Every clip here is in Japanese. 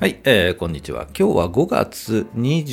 はい、こんにちは。今日は5月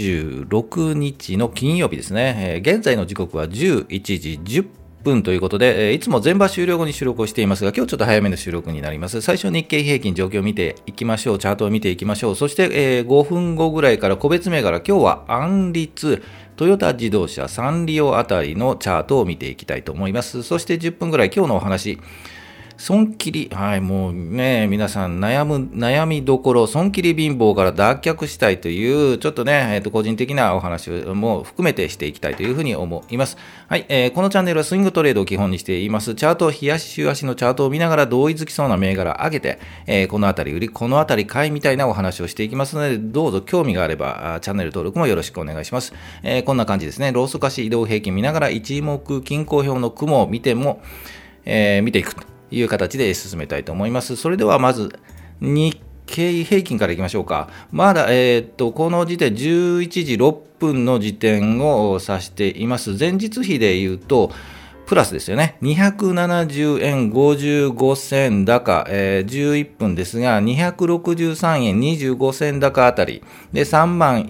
26日の金曜日ですね。現在の時刻は11時10分ということで、いつも全場終了後に収録をしていますが、今日ちょっと早めの収録になります。最初日経平均状況を見ていきましょう。チャートを見ていきましょう。そして、5分後ぐらいから個別銘柄、今日は安立、トヨタ自動車、サンリオあたりのチャートを見ていきたいと思います。そして10分ぐらい今日のお話、損切り、はい、もうね、皆さん悩みどころ、損切り貧乏から脱却したいという、ちょっとね、個人的なお話も含めてしていきたいというふうに思います。はい、このチャンネルはスイングトレードを基本にしています。チャート、日足、週足のチャートを見ながら同意づきそうな銘柄上げて、このあたり売り、このあたり買いみたいなお話をしていきますので、どうぞ興味があれば、チャンネル登録もよろしくお願いします。こんな感じですね。ローソク足移動平均見ながら一目均衡表の雲を見ても、見ていくという形で進めたいと思います。それではまず日経平均からいきましょうか。まだ、この時点11時6分の時点を指しています。前日比で言うとプラスですよね。270円55銭高、11分ですが、263円25銭高あたりで3万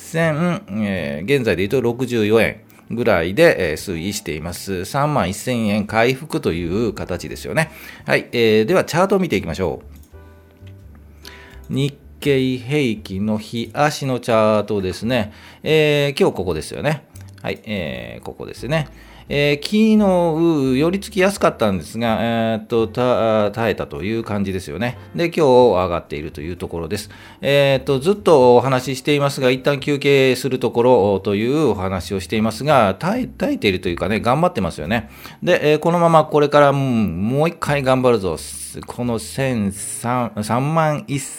1000、現在で言うと64円ぐらいで推移しています。3万1000円回復という形ですよね。はい、ではチャートを見ていきましょう。日経平均の日足のチャートですね。今日ここですよね。はい、ここですね。昨日、寄り付きやすかったんですが、耐えたという感じですよね。で、今日上がっているというところです。ずっとお話ししていますが、一旦休憩するところというお話をしていますが、耐えているというかね、頑張ってますよね。で、このままこれから、もう一回頑張るぞ。この3万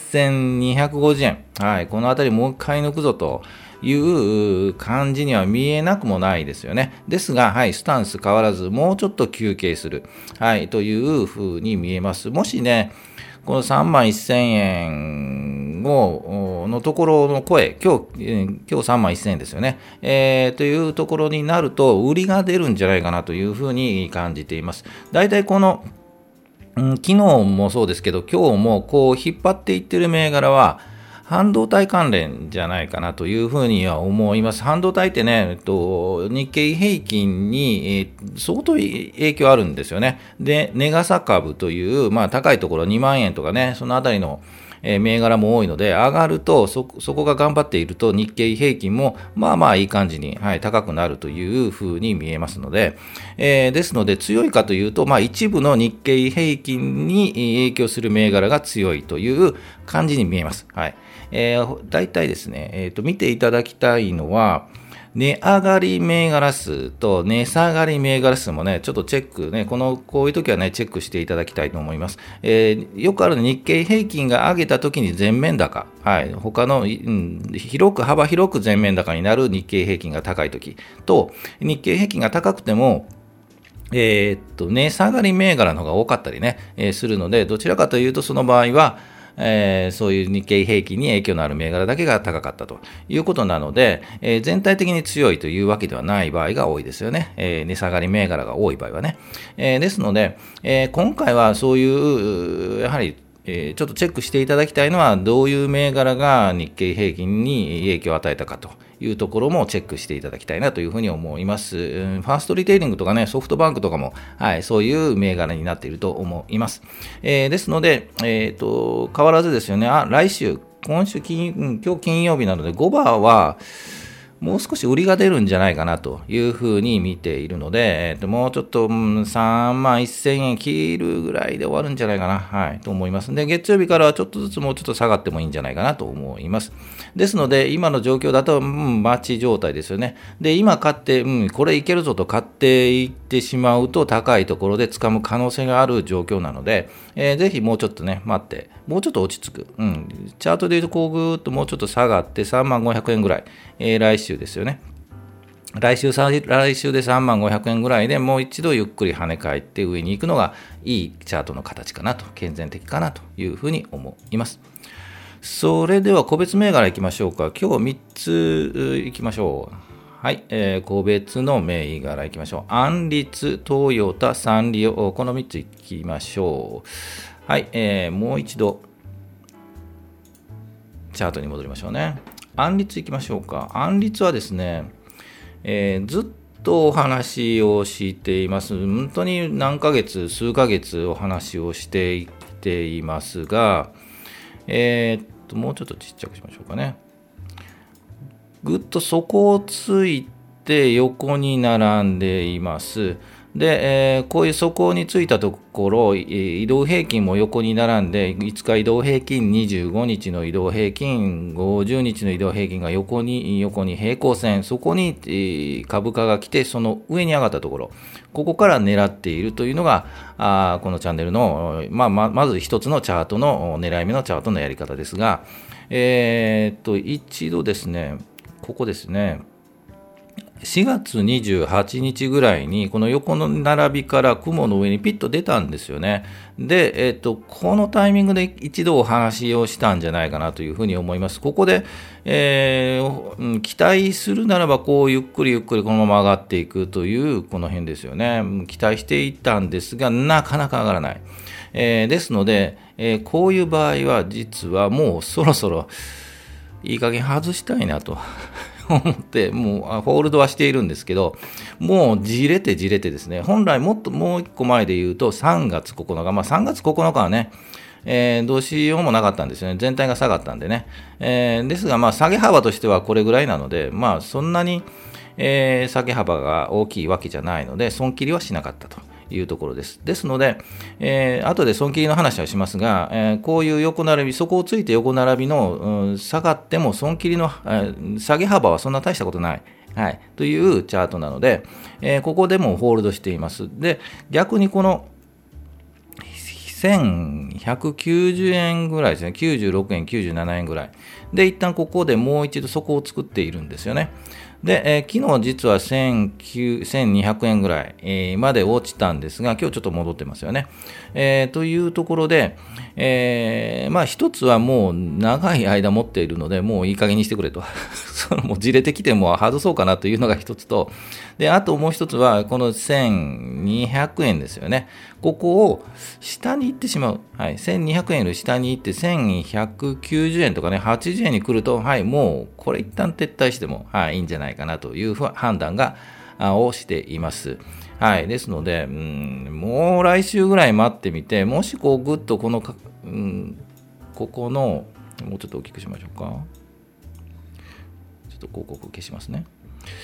1250円。はい、このあたりもう一回抜くぞという感じには見えなくもないですよね。ですが、はい、スタンス変わらず、もうちょっと休憩する。はい、というふうに見えます。もしね、この3万1000円のところの声、今日3万1000円ですよね。というところになると、売りが出るんじゃないかなというふうに感じています。大体この昨日もそうですけど、今日もこう引っ張っていってる銘柄は、半導体関連じゃないかなというふうには思います。半導体ってね、日経平均に、相当影響あるんですよね。で、値傘株という、高いところ2万円とかね、そのあたりの銘柄も多いので、上がるとそこが頑張っていると日経平均もいい感じに、高くなるというふうに見えますので、ですので強いかというと、一部の日経平均に影響する銘柄が強いという感じに見えます。はい。大体ですね、見ていただきたいのは、値上がり銘柄数と値下がり銘柄数もね、ちょっとチェックね、こういう時はね、チェックしていただきたいと思います。よくある日経平均が上げた時に全面高、はい、他の、幅広く全面高になる日経平均が高い時と、日経平均が高くても、値下がり銘柄の方が多かったりね、するので、どちらかというとその場合は、そういう日経平均に影響のある銘柄だけが高かったということなので、全体的に強いというわけではない場合が多いですよね。値下がり銘柄が多い場合はね。ですので、今回はそういう、やはりちょっとチェックしていただきたいのは、どういう銘柄が日経平均に影響を与えたかというところもチェックしていただきたいなというふうに思います。ファーストリテイリングとかね、ソフトバンクとかも、はい、そういう銘柄になっていると思います。ですので、変わらずですよね、今日金曜日なので、5番は、もう少し売りが出るんじゃないかなというふうに見ているので、もうちょっと、3万1000円切るぐらいで終わるんじゃないかな、はい、と思います。で、月曜日からはちょっとずつもうちょっと下がってもいいんじゃないかなと思います。ですので、今の状況だと、待ち状態ですよね。で、今買って、これいけるぞと買っていってしまうと、高いところで掴む可能性がある状況なので、ぜひもうちょっとね、待って、もうちょっと落ち着く。チャートでいうと、こうぐーっともうちょっと下がって、3万500円ぐらい。来週ですよね。来週で3万500円ぐらいでもう一度ゆっくり跳ね返って上に行くのがいいチャートの形かなと、健全的かなというふうに思います。それでは個別銘柄いきましょうか。今日3ついきましょう。はい、個別の銘柄いきましょう。安立、トヨタ、サンリオ、この3ついきましょう。はい、もう一度チャートに戻りましょうね。安立いきましょうか。安立はですね、ずっとお話をしています。本当に数ヶ月お話をしていっていますが、もうちょっとちっちゃくしましょうかね。ぐっと底をついて横に並んでいます。で、こういう底についたところ、移動平均も横に並んで、5日移動平均、25日の移動平均、50日の移動平均が横に平行線、そこに株価が来て、その上に上がったところ、ここから狙っているというのが、このチャンネルの、まず一つのチャートの狙い目のチャートのやり方ですが、一度ですね、ここですね、4月28日ぐらいに、この横の並びから雲の上にピッと出たんですよね。で、このタイミングで一度お話をしたんじゃないかなというふうに思います。ここで、期待するならば、こうゆっくりゆっくりこのまま上がっていくという、この辺ですよね。期待していたんですが、なかなか上がらない。ですので、こういう場合は、実はもうそろそろいい加減外したいなと。思って、もうホールドはしているんですけど、もうじれてですね、本来もう一個前で言うと3月9日、3月9日はね、どうしようもなかったんですよね。全体が下がったんでね。ですが、下げ幅としてはこれぐらいなので、そんなに、下げ幅が大きいわけじゃないので、損切りはしなかったというところです。ですので、後で損切りの話はしますが、こういう横並び、底をついて横並びの、下がっても損切りの、下げ幅はそんな大したことない。はい、というチャートなので、ここでもホールドしています。で、逆にこの1190円ぐらいですね、96円、97円ぐらい。で、一旦ここでもう一度底を作っているんですよね。で、昨日実は1200円ぐらい、まで落ちたんですが、今日ちょっと戻ってますよね。というところで、一つはもう長い間持っているので、もういい加減にしてくれと。もうじれてきても外そうかなというのが一つと、で、あともう一つは、この1200円ですよね。ここを下に行ってしまう。はい。1200円より下に行って、1190円とかね、80円に来ると、はい、もうこれ一旦撤退しても、はい、いいんじゃないかなという判断をしています。はい。ですので、もう来週ぐらい待ってみて、もしこうぐっとこのここの、もうちょっと大きくしましょうか。ちょっと広告消しますね。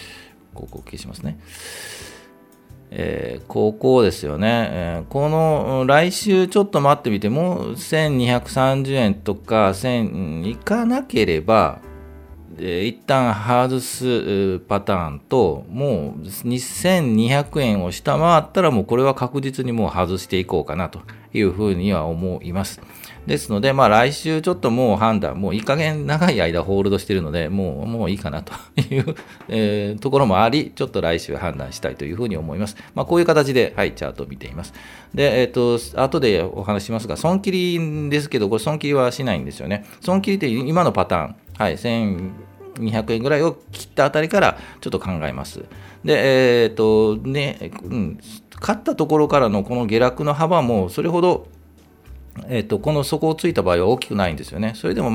ここですよね。この来週ちょっと待ってみても、1230円とか1000いかなければ、一旦外すパターンと、もう2200円を下回ったら、もうこれは確実にもう外していこうかなというふうには思います。ですので、来週ちょっともういい加減長い間ホールドしているので、もういいかなという、ところもあり、ちょっと来週判断したいというふうに思います。こういう形で、はい、チャートを見ています。で、後でお話ししますが、損切りですけど、これ損切りはしないんですよね。損切りって今のパターン、はい、1200円ぐらいを切ったあたりからちょっと考えます。で、買ったところからのこの下落の幅もそれほど、この底をついた場合は大きくないんですよね。それでも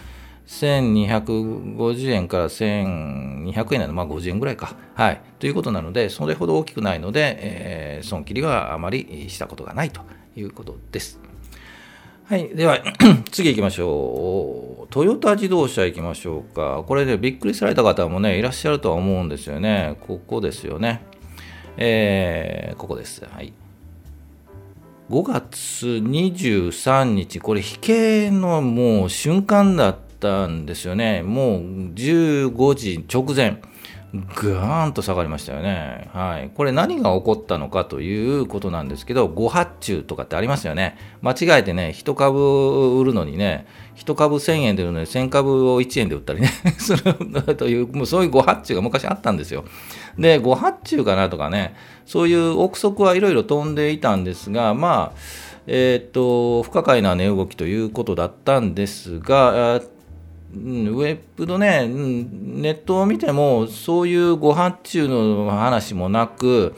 1250円から1200円なので、50円ぐらいか。はい。ということなので、それほど大きくないので、損切りはあまりしたことがないということです。はい。では、次行きましょう。トヨタ自動車行きましょうか。これでびっくりされた方もね、いらっしゃるとは思うんですよね。ここですよね。ここです。はい。5月23日、これ、引けのもう瞬間だったんですよね。もう15時直前。ぐーんと下がりましたよね。はい。これ何が起こったのかということなんですけど、誤発注とかってありますよね。間違えてね、1株売るのにね、1株1000円で売るのに1000株を1円で売ったりね、するという、もうそういう誤発注が昔あったんですよ。で、誤発注かなとかね、そういう憶測はいろいろ飛んでいたんですが、不可解な値動きということだったんですが、ウェブのね、ネットを見ても、そういう誤発注の話もなく、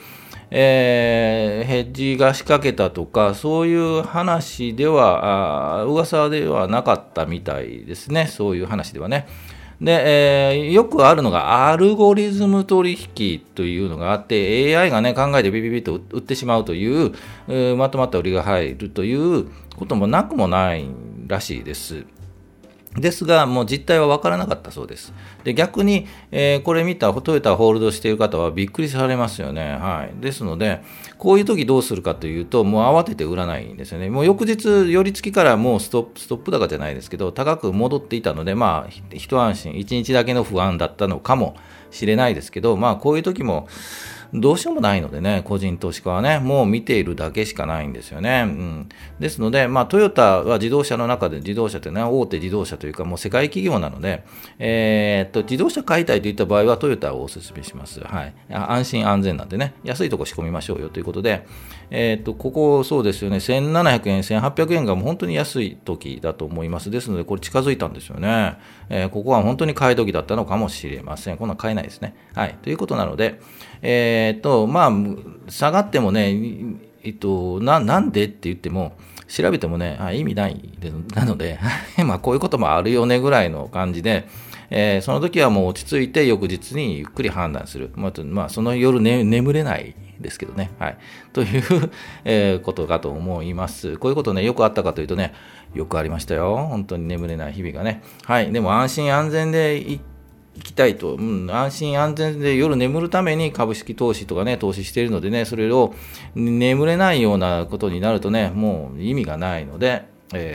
ヘッジが仕掛けたとか、そういう話では、噂ではなかったみたいですね、そういう話ではね。で、よくあるのが、アルゴリズム取引というのがあって、AI がね、考えてビビビッと売ってしまうという、まとまった売りが入るということもなくもないらしいです。ですが、もう実態は分からなかったそうです。で逆に、これ見たトヨタホールドしている方はびっくりされますよね。はい、ですので、こういう時どうするかというと、もう慌てて売らないんですよね。もう翌日、寄り付きからもうストップ高じゃないですけど、高く戻っていたので、まあ、一安心、一日だけの不安だったのかもしれないですけど、まあ、こういう時も、どうしようもないのでね、個人投資家はね、もう見ているだけしかないんですよね。ですので、まあ、トヨタは自動車の中で、自動車というのは大手自動車というか、もう世界企業なので、自動車買いたいといった場合はトヨタをお勧めします。はい。安心安全なんでね、安いとこ仕込みましょうよということで、ここそうですよね、1700円、1800円がもう本当に安い時だと思います。ですので、これ近づいたんですよね。ここは本当に買い時だったのかもしれません。こんな買えないですね。はい。ということなので、まあ、下がってもね、なんでって言っても、調べてもね、意味ないなので、まあ、こういうこともあるよねぐらいの感じで、その時はもう落ち着いて翌日にゆっくり判断する。まあ、その夜、眠れないですけどね。はい。という、ことかと思います。こういうことね、よくあったかというとね、よくありましたよ。本当に眠れない日々がね。はい。でも安心安全で行きたいと、安心安全で夜眠るために株式投資とかね、投資しているのでね、それを眠れないようなことになるとね、もう意味がないので、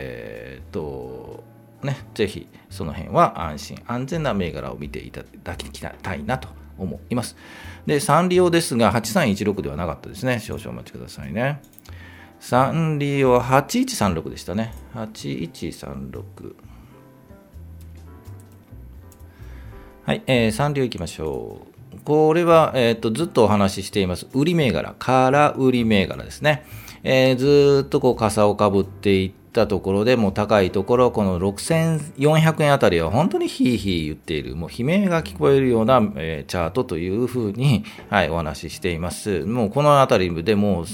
ぜひその辺は安心安全な銘柄を見ていただきたいなと思います。で、サンリオですが、8316ではなかったですね。少々お待ちくださいね。サンリオは8136でしたね。8136。はい、サンリオ行きましょう。これは、ずっとお話ししています。売り銘柄、空売り銘柄ですね。ずっとこう傘をかぶっていったところでもう高いところ、この6400円あたりは本当にヒーヒー言っている、もう悲鳴が聞こえるような、チャートというふうに、はい、お話ししています。もうこのあたりでもう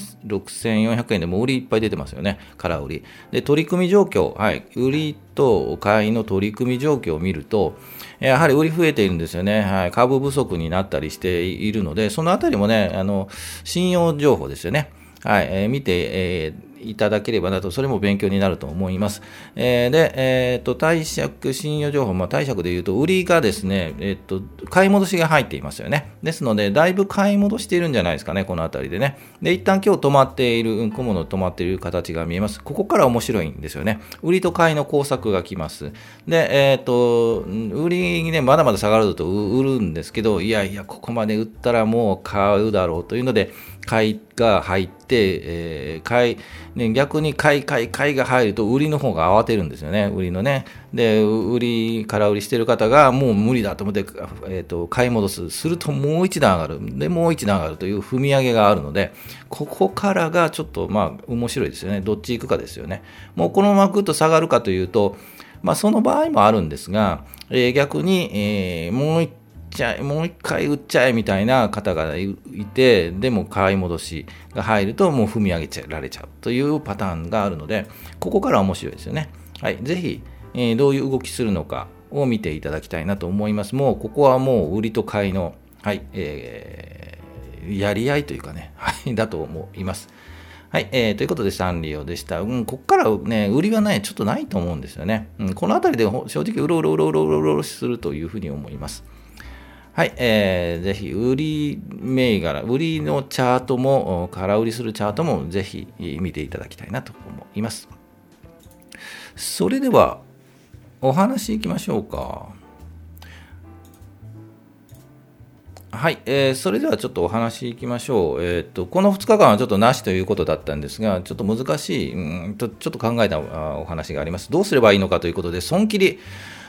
6400円でもう売りいっぱい出てますよね。空売り。で、取り組み状況、はい、売りと買いの取り組み状況を見ると、やはり売り増えているんですよね。はい、株不足になったりしているので、そのあたりもね、信用情報ですよね。はい、見て、いただければなと、それも勉強になると思います。で、貸借、信用情報、貸借でいうと、売りがですね、買い戻しが入っていますよね。ですので、だいぶ買い戻しているんじゃないですかね、このあたりでね。で、一旦今日止まっている、雲の止まっている形が見えます。ここから面白いんですよね。売りと買いの交錯が来ます。で、売りにね、まだまだ下がると売るんですけど、いやいや、ここまで売ったらもう買うだろうというので、買いが入って、逆に買いが入ると売りの方が慌てるんですよね、売りのね。で、空売りしてる方がもう無理だと思って、買い戻す。するともう一段上がる。で、もう一段上がるという踏み上げがあるので、ここからがちょっと面白いですよね。どっち行くかですよね。もうこのままぐっと下がるかというと、その場合もあるんですが、逆に、もう一回売っちゃえみたいな方がいて、でも買い戻しが入るともう踏み上げられちゃうというパターンがあるので、ここから面白いですよね。はい、ぜひ、どういう動きするのかを見ていただきたいなと思います。もうここはもう売りと買いの、はい、やり合いというかね、はい、だと思います。はい、ということでサンリオでした。ここからね、売りはね、ちょっとないと思うんですよね。このあたりで正直うろうろするというふうに思います。はい、ぜひ売り銘柄、売りのチャートも、空売りするチャートもぜひ見ていただきたいなと思います。それでは、お話いきましょうか。はい、それではちょっとお話いきましょう。この2日間はちょっとなしということだったんですが、ちょっと難しい、ちょっと考えたお話があります。どうすればいいのかということで、損切り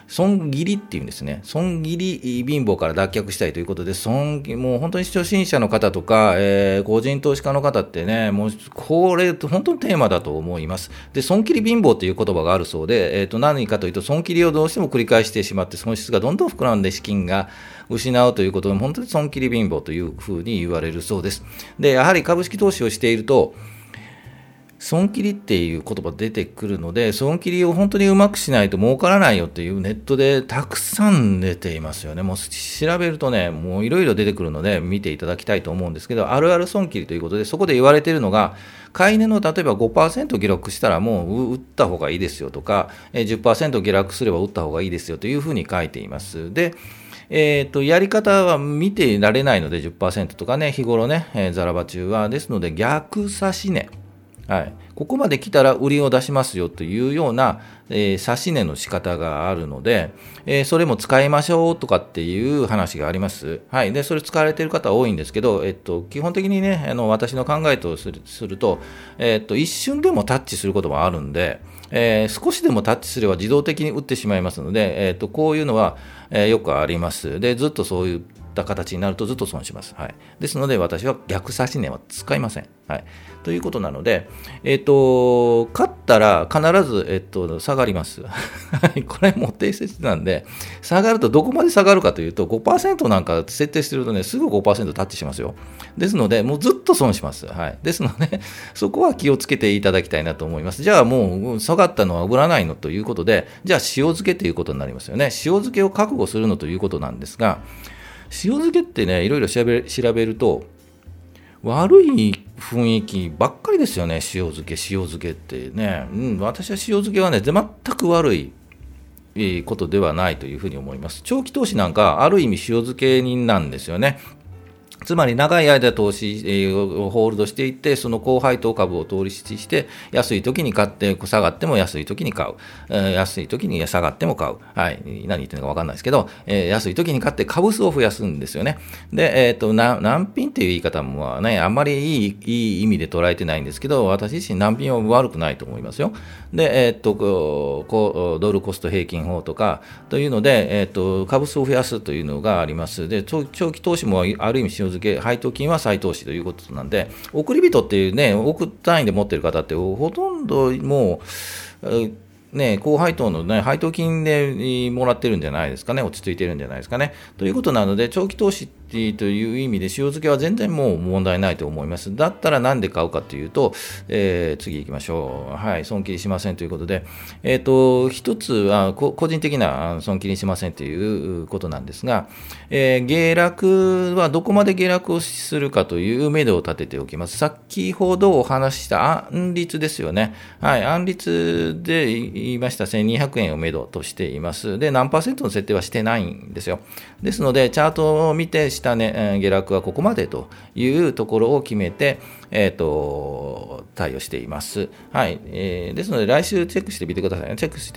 損切りっていうんですね。損切り貧乏から脱却したいということで、もう本当に初心者の方とか、個人投資家の方ってね、もうこれ本当にテーマだと思います。で、損切り貧乏という言葉があるそうで、何かというと、損切りをどうしても繰り返してしまって、損失がどんどん膨らんで資金が失うということで、本当に損切り貧乏というふうに言われるそうです。で、やはり株式投資をしていると、損切りっていう言葉出てくるので、損切りを本当にうまくしないと儲からないよっていうネットでたくさん出ていますよね。もう調べるとね、もういろいろ出てくるので見ていただきたいと思うんですけど、あるある損切りということで、そこで言われているのが、買い値の例えば 5% 下落したらもう売った方がいいですよとか、10% 下落すれば売った方がいいですよというふうに書いています。で、やり方は見ていられないので 10% とかね、日頃ね、ザラバ中は。ですので逆指し値。はい、ここまで来たら売りを出しますよというような、指し値の仕方があるので、それも使いましょうとかっていう話があります。はい、でそれ使われている方多いんですけど、基本的にね、私の考えとすると、一瞬でもタッチすることもあるんで、少しでもタッチすれば自動的に打ってしまいますので、こういうのは、よくあります。でずっとそういった形になるとずっと損します。はい、ですので私は逆指し値は使いません。はい、ということなので、勝ったら必ず、下がります。これも定説なんで、下がるとどこまで下がるかというと 5% なんか設定してるとね、すぐ 5% タッチしますよ。ですのでもうずっと損します。はい、ですのでそこは気をつけていただきたいなと思います。じゃあもう下がったのは売らないのということで、じゃあ塩漬けということになりますよね。塩漬けを覚悟するのということなんですが、塩漬けってね、いろいろ調べると悪い雰囲気ばっかりですよね。塩漬けってね、私は塩漬けはね、全く悪いことではないというふうに思います。長期投資なんかある意味塩漬け人なんですよね。つまり長い間投資をホールドしていって、その高配当株を投資して、安い時に買って、下がっても安い時に買う。安い時に下がっても買う。はい。何言ってるのか分かんないですけど、安い時に買って株数を増やすんですよね。で、難品っていう言い方もね、あんまりいい意味で捉えてないんですけど、私自身難品は悪くないと思いますよ。で、ドルコスト平均法とか、というので、株数を増やすというのがあります。で、長期投資もある意味塩漬け、配当金は再投資ということなんで、送り人っていうね、億単位で持ってる方ってほとんどもう、高配当の、配当金でもらってるんじゃないですかね、落ち着いてるんじゃないですかね。ということなので、長期投資という意味で塩漬けは全然もう問題ないと思います。だったらなんで買うかというと、次行きましょう。はい、損切りしませんということで、一つは個人的な損切りしませんということなんですが、下落はどこまで下落をするかという目処を立てておきます。先ほどお話しした安率ですよね。はい、安率で言いました1200円を目処としています。で、何%の設定はしてないんですよ。ですので、チャートを見て下値、下落はここまでというところを決めて、対応しています。はい。ですので、来週チェックしてみてくださいね。チェックして、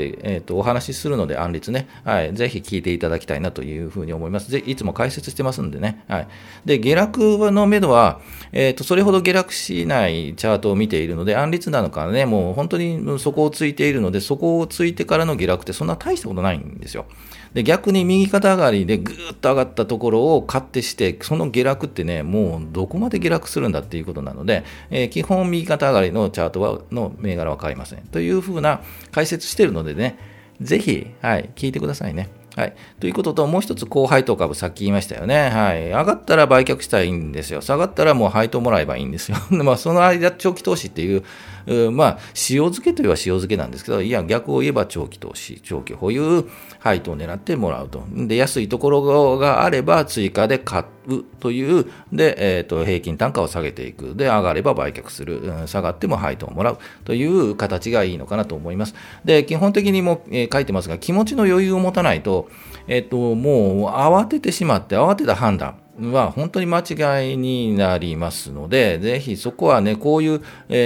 お話しするので、安率ね。はい。ぜひ聞いていただきたいなというふうに思います。いつも解説してますんでね。はい。で、下落の目処は、それほど下落しないチャートを見ているので、安率なのかね、もう本当にそこをついているので、そこをついてからの下落ってそんな大したことないんですよ。で、逆に右肩上がりでぐーっと上がったところを買ってして、その下落ってね、もうどこまで下落するんだっていうことなので、基本右肩上がりのチャートの銘柄は買いません。というふうな解説しているのでね、ぜひ、はい、聞いてくださいね。はい。ということと、もう一つ、高配当株、さっき言いましたよね。はい。上がったら売却したらいいんですよ。下がったらもう配当もらえばいいんですよ。まあ、その間、長期投資っていう、まあ、塩漬けといえば塩漬けなんですけど、いや、逆を言えば長期投資、長期保有、配当を狙ってもらうと。で、安いところがあれば、追加で買うという、で、平均単価を下げていく。で、上がれば売却する。下がっても配当をもらうという形がいいのかなと思います。で、基本的にも、書いてますが、気持ちの余裕を持たないと、もう慌ててしまって、慌てた判断は本当に間違いになりますので、ぜひそこはね、こういう、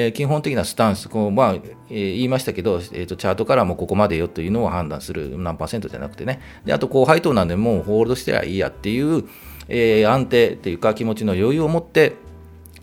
基本的なスタンス、言いましたけど、チャートからもここまでよというのを判断する、何%じゃなくてね。で、あと高配当なんでもうホールドしてりゃいいやっていう、安定っていうか気持ちの余裕を持って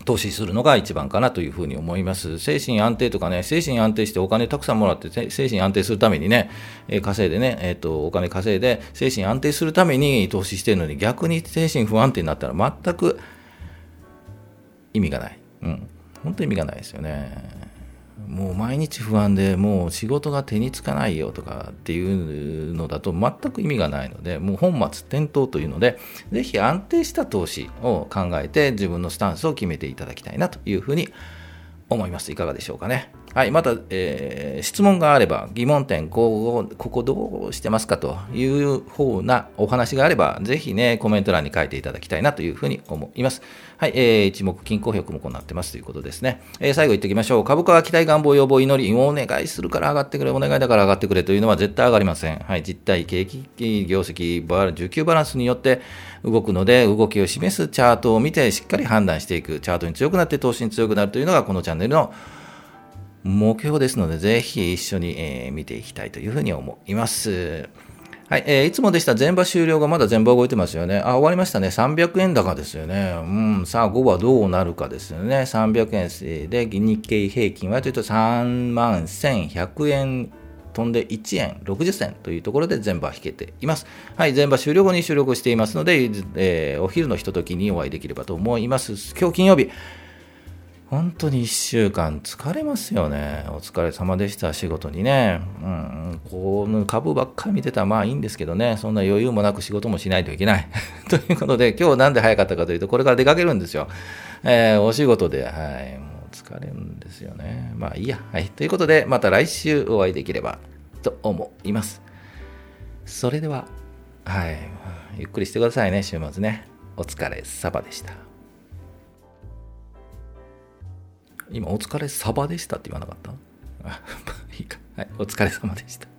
投資するのが一番かなというふうに思います。精神安定とかね、精神安定してお金たくさんもらって、精神安定するためにね、稼いでね、お金稼いで、精神安定するために投資してるのに、逆に精神不安定になったら全く意味がない。本当に意味がないですよね。もう毎日不安で、もう仕事が手につかないよとかっていうのだと全く意味がないので、もう本末転倒というので、ぜひ安定した投資を考えて自分のスタンスを決めていただきたいなというふうに思います。いかがでしょうかね。はい、また、質問があれば、疑問点、ここどうしてますかという方なお話があれば、ぜひね、コメント欄に書いていただきたいなというふうに思います。はい、一目均衡表も行ってますということですね。最後言っておきましょう。株価は期待、願望、要望、祈り、お願いするから上がってくれ、お願いだから上がってくれというのは絶対上がりません。はい、実体、景気、業績、需給バランスによって動くので、動きを示すチャートを見てしっかり判断していく。チャートに強くなって投資に強くなるというのがこのチャンネルの目標ですので、ぜひ一緒に、見ていきたいというふうに思います。はい、いつもでした前場終了後、まだ前場動いてますよね。終わりましたね。300円高ですよね。さあ、午後はどうなるかですよね。300円で、日経平均はというと31,100円飛んで1円60銭というところで前場引けています。はい、前場終了後に収録していますので、お昼のひとときにお会いできればと思います。今日金曜日。本当に1週間疲れますよね。お疲れ様でした。仕事にね。この株ばっかり見てたらまあいいんですけどね。そんな余裕もなく仕事もしないといけない。ということで、今日なんで早かったかというと、これから出かけるんですよ。お仕事で、もう疲れるんですよね。まあいいや。はい。ということで、また来週お会いできればと思います。それでは、ゆっくりしてくださいね、週末ね。お疲れ様でした。今、お疲れサバでしたって言わなかったいいか。はい、お疲れ様でした。